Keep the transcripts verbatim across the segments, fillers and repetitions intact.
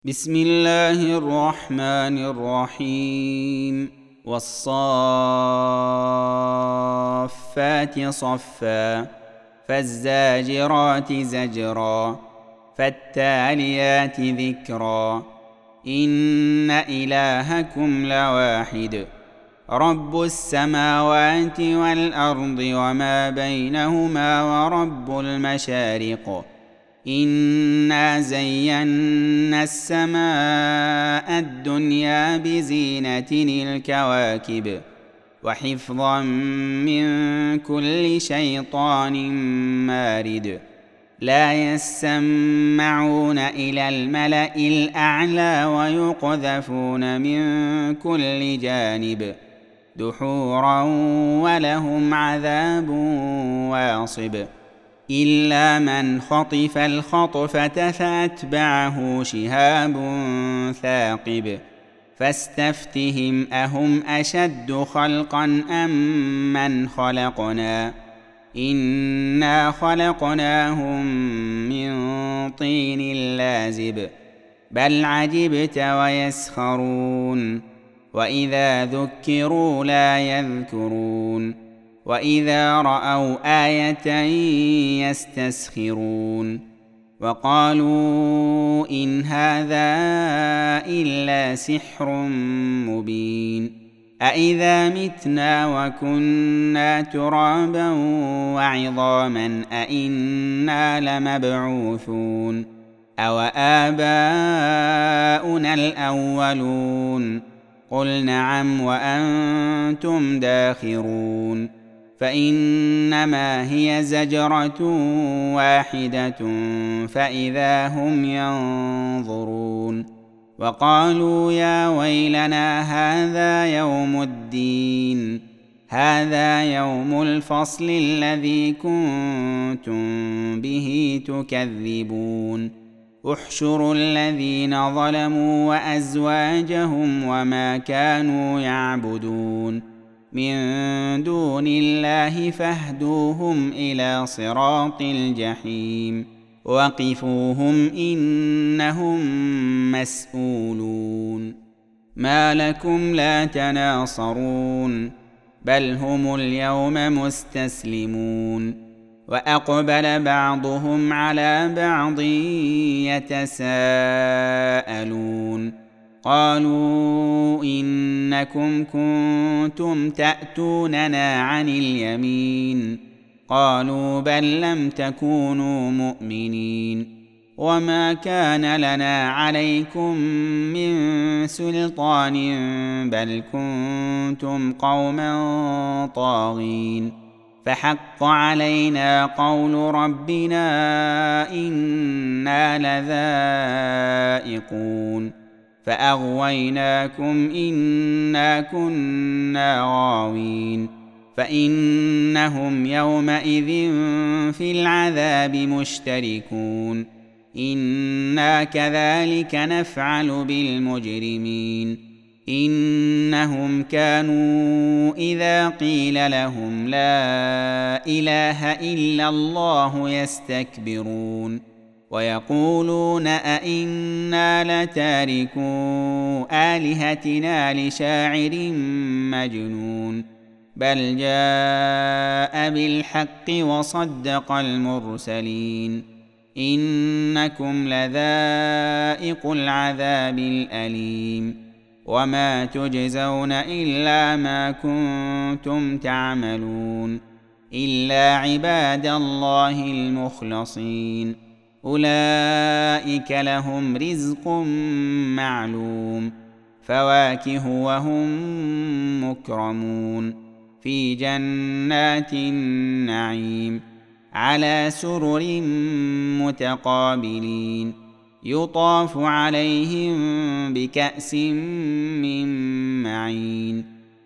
بسم الله الرحمن الرحيم والصافات صفا فالزاجرات زجرا فالتاليات ذكرا إن إلهكم لواحد رب السماوات والأرض وما بينهما ورب المشارق إنا زينا السماء الدنيا بزينة الكواكب وحفظا من كل شيطان مارد لا يسمعون إلى الملأ الأعلى ويقذفون من كل جانب دحورا ولهم عذاب واصب إلا من خطف الخطفة فأتبعه شهاب ثاقب فاستفتهم أهم أشد خلقا أم من خلقنا إنا خلقناهم من طين لازب بل عجبت ويسخرون وإذا ذكروا لا يذكرون وإذا رأوا آية يستسخرون وقالوا إن هذا إلا سحر مبين أإذا متنا وكنا ترابا وعظاما أإنا لمبعوثون أوآباؤنا الأولون قل نعم وأنتم داخرون فإنما هي زجرة واحدة فإذا هم ينظرون وقالوا يا ويلنا هذا يوم الدين هذا يوم الفصل الذي كنتم به تكذبون احشروا الذين ظلموا وأزواجهم وما كانوا يعبدون من دون الله فاهدوهم إلى صراط الجحيم وقفوهم إنهم مسؤولون ما لكم لا تناصرون بل هم اليوم مستسلمون وأقبل بعضهم على بعض يتساءلون قالوا إنكم كنتم تأتوننا عن اليمين قالوا بل لم تكونوا مؤمنين وما كان لنا عليكم من سلطان بل كنتم قوما طاغين فحق علينا قول ربنا إنا لذائقون فأغويناكم إنا كنا غاوين فإنهم يومئذ في العذاب مشتركون إنا كذلك نفعل بالمجرمين إنهم كانوا إذا قيل لهم لا إله إلا الله يستكبرون ويقولون أئنا لتاركو آلهتنا لشاعر مجنون بل جاء بالحق وصدق المرسلين إنكم لذائق العذاب الأليم وما تجزون إلا ما كنتم تعملون إلا عباد الله المخلصين أولئك لهم رزق معلوم فواكه وهم مكرمون في جنات النعيم على سرر متقابلين يطاف عليهم بكأس من معين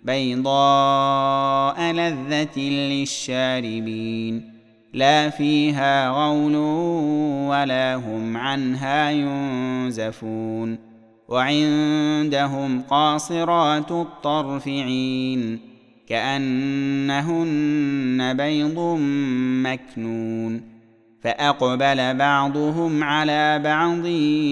بيضاء لذة للشاربين لا فيها غول ولا هم عنها ينزفون وعندهم قاصرات الطرف عين كأنهن بيض مكنون فأقبل بعضهم على بعض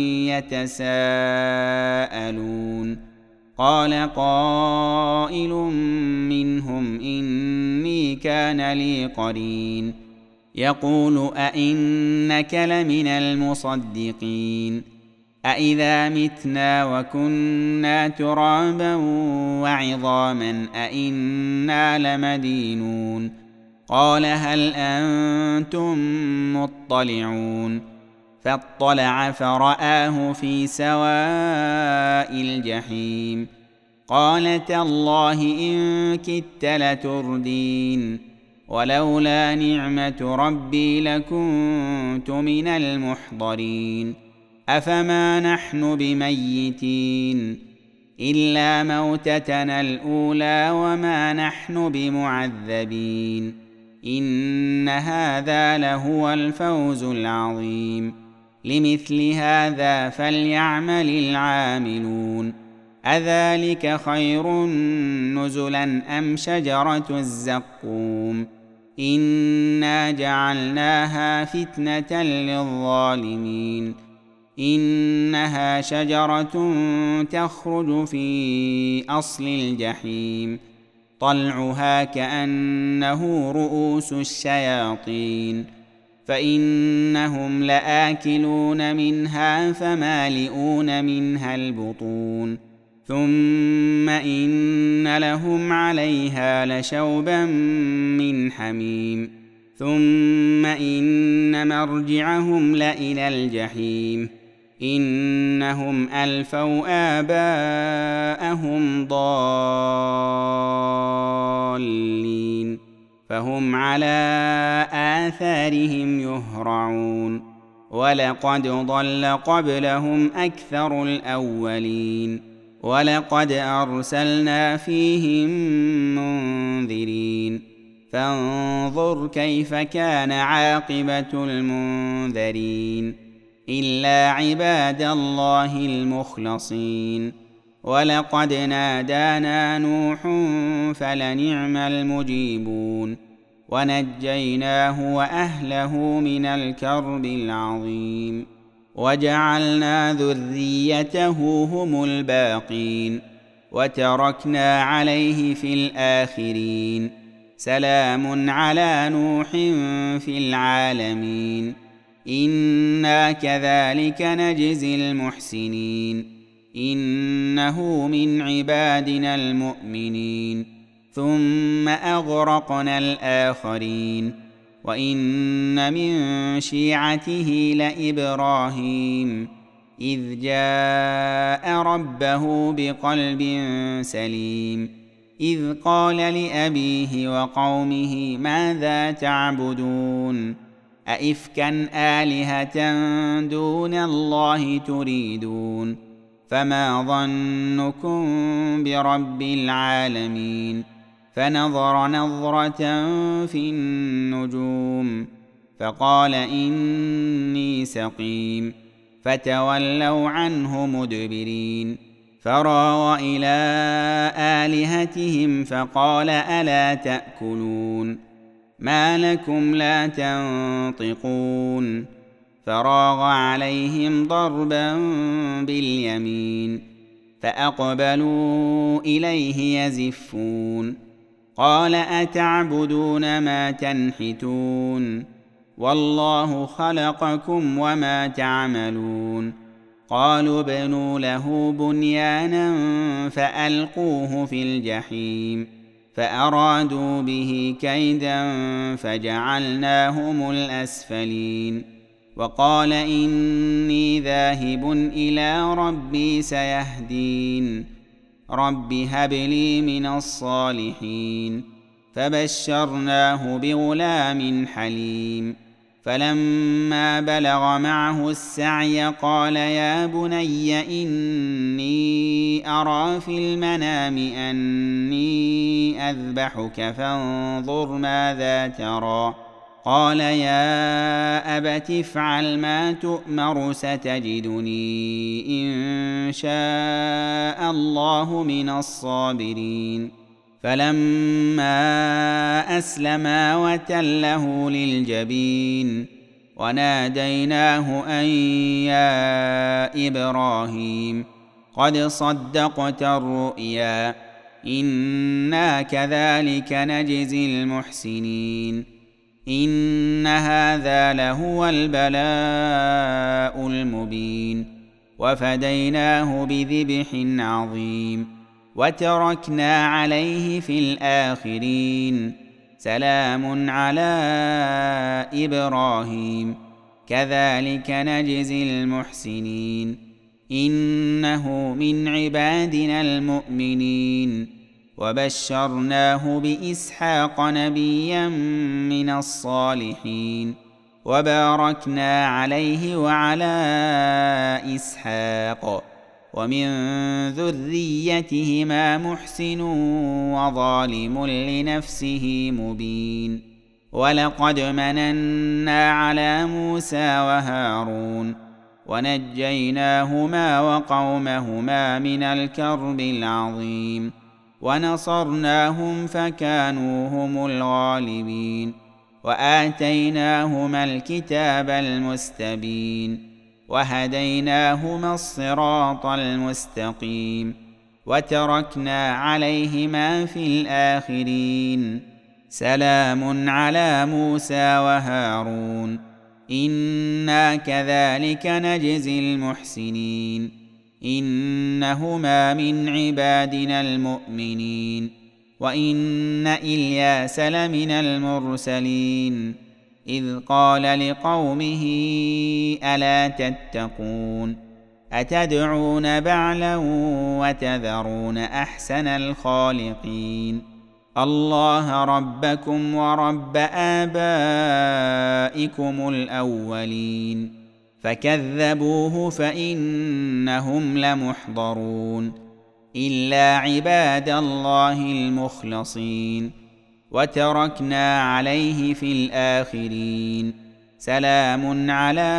يتساءلون قال قائل منهم إني كان لي قرين يقول أئنك لمن المصدقين أئذا متنا وكنا ترابا وعظاما أئنا لمدينون قال هل أنتم مطلعون فاطلع فرآه في سواء الجحيم قال تالله إن كدت لتردين ولولا نعمة ربي لكنت من المحضرين أفما نحن بميتين إلا موتتنا الأولى وما نحن بمعذبين إن هذا لهو الفوز العظيم لمثل هذا فليعمل العاملون أذلك خير نزلا أم شجرة الزقوم إنا جعلناها فتنة للظالمين إنها شجرة تخرج في أصل الجحيم طلعها كأنه رؤوس الشياطين فإنهم لآكلون منها فمالئون منها البطون ثم إن لهم عليها لشوبا من حميم ثم إن مرجعهم لإلى الجحيم إنهم ألفوا آباءهم ضالين فهم على آثارهم يهرعون ولقد ضل قبلهم أكثر الأولين ولقد أرسلنا فيهم منذرين فانظر كيف كان عاقبة المنذرين إلا عباد الله المخلصين ولقد نادانا نوح فلنعم المجيبون ونجيناه وأهله من الكرب العظيم وجعلنا ذريته هم الباقين وتركنا عليه في الآخرين سلام على نوح في العالمين إنا كذلك نجزي المحسنين إنه من عبادنا المؤمنين ثم أغرقنا الآخرين وإن من شيعته لإبراهيم إذ جاء ربه بقلب سليم إذ قال لأبيه وقومه ماذا تعبدون أئفكا آلهة دون الله تريدون فما ظنكم برب العالمين فنظر نظرة في النجوم فقال إني سقيم فتولوا عنه مدبرين فراغ إلى آلهتهم فقال ألا تأكلون ما لكم لا تنطقون فراغ عليهم ضربا باليمين فأقبلوا إليه يزفون قال أتعبدون ما تنحتون والله خلقكم وما تعملون قالوا ابنوا له بنيانا فألقوه في الجحيم فأرادوا به كيدا فجعلناهم الأسفلين وقال إني ذاهب إلى ربي سيهدين رب هب لي من الصالحين فبشرناه بغلام حليم فلما بلغ معه السعي قال يا بني إني أرى في المنام أني أذبحك فانظر ماذا ترى قال يا أبت افعل ما تؤمر ستجدني إن شاء الله من الصابرين فلما أسلما وتله للجبين وناديناه أن يا إبراهيم قد صدقت الرؤيا إنا كذلك نجزي المحسنين إن هذا لهو البلاء المبين وفديناه بذبح عظيم وتركنا عليه في الآخرين سلام على إبراهيم كذلك نجزي المحسنين إنه من عبادنا المؤمنين وبشرناه بإسحاق نبيا من الصالحين وباركنا عليه وعلى إسحاق ومن ذريتهما محسن وظالم لنفسه مبين ولقد مننا على موسى وهارون ونجيناهما وقومهما من الكرب العظيم ونصرناهم فكانوا هم الغالبين وآتيناهما الكتاب المستبين وهديناهما الصراط المستقيم وتركنا عليهما في الآخرين سلام على موسى وهارون إنا كذلك نجزي المحسنين إنهما من عبادنا المؤمنين وإن إلياس لمن المرسلين إذ قال لقومه ألا تتقون أتدعون بعلا وتذرون أحسن الخالقين الله ربكم ورب آبائكم الأولين فكذبوه فإنهم لمحضرون إلا عباد الله المخلصين وتركنا عليه في الآخرين سلام على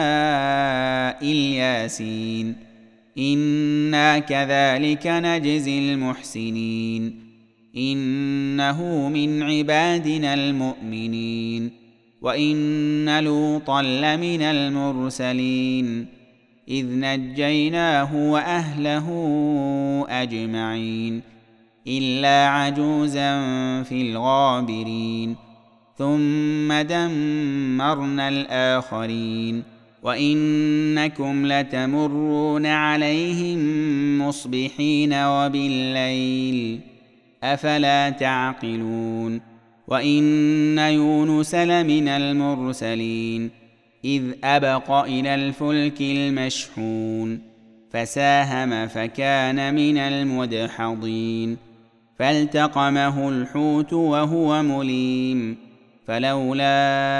الياسين إنا كذلك نجزي المحسنين إنه من عبادنا المؤمنين وإن لوطا لمن المرسلين إذ نجيناه وأهله أجمعين إلا عجوزا في الغابرين ثم دمرنا الآخرين وإنكم لتمرون عليهم مصبحين وبالليل أفلا تعقلون وإن يونس لمن المرسلين إذ أبق إلى الفلك المشحون فساهم فكان من المدحضين فالتقمه الحوت وهو مليم فلولا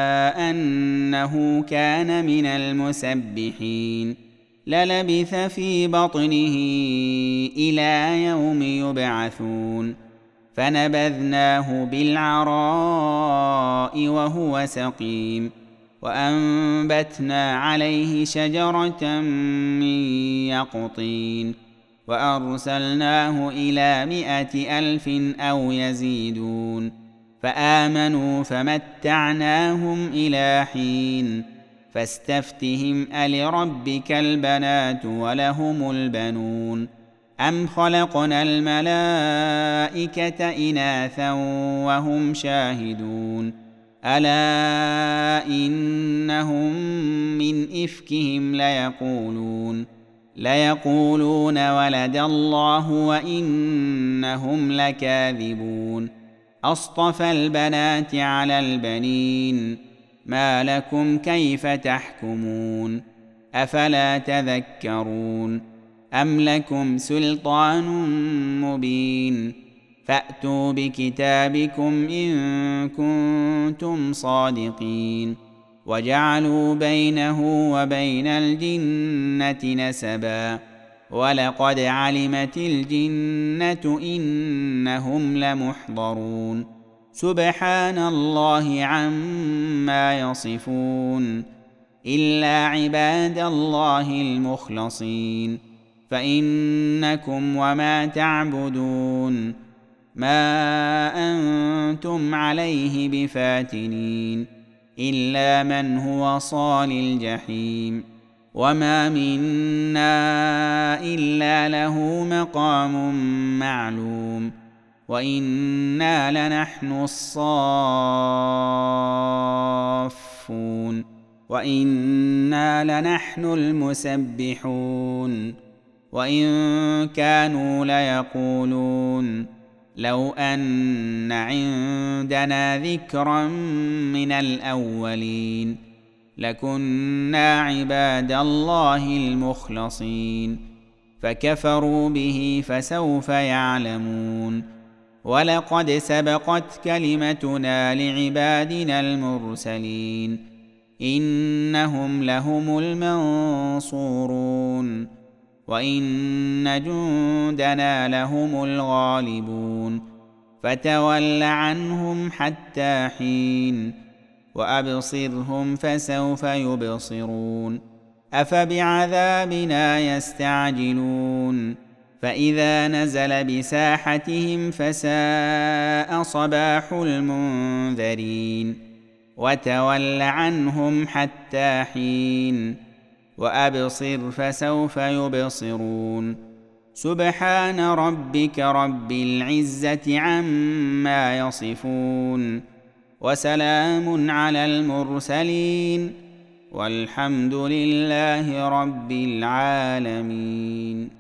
أنه كان من المسبحين للبث في بطنه إلى يوم يبعثون فنبذناه بالعراء وهو سقيم وأنبتنا عليه شجرة من يقطين وأرسلناه إلى مائة ألف أو يزيدون فآمنوا فمتعناهم إلى حين فاستفتهم ألربك البنات ولهم البنون أم خلقنا الملائكة إناثا وهم شاهدون ألا إنهم من إفكهم ليقولون ليقولون ولد الله وإنهم لكاذبون أصطفى البنات على البنين ما لكم كيف تحكمون أفلا تذكرون أم لكم سلطان مبين فأتوا بكتابكم إن كنتم صادقين وجعلوا بينه وبين الجنة نسبا ولقد علمت الجنة إنهم لمحضرون سبحان الله عما يصفون إلا عباد الله المخلصين فإنكم وما تعبدون ما أنتم عليه بفاتنين إلا من هو صال الجحيم وما منا إلا له مقام معلوم وإنا لنحن الصافون وإنا لنحن المسبحون وإن كانوا ليقولون لو أن عندنا ذكرا من الأولين لكنا عباد الله المخلصين فكفروا به فسوف يعلمون ولقد سبقت كلمتنا لعبادنا المرسلين إنهم لهم المنصورون وإن جندنا لهم الغالبون فتول عنهم حتى حين وأبصرهم فسوف يبصرون أفبعذابنا يستعجلون فإذا نزل بساحتهم فساء صباح المنذرين وتول عنهم حتى حين وأبصر فسوف يبصرون سبحان ربك رب العزة عما يصفون وسلام على المرسلين والحمد لله رب العالمين.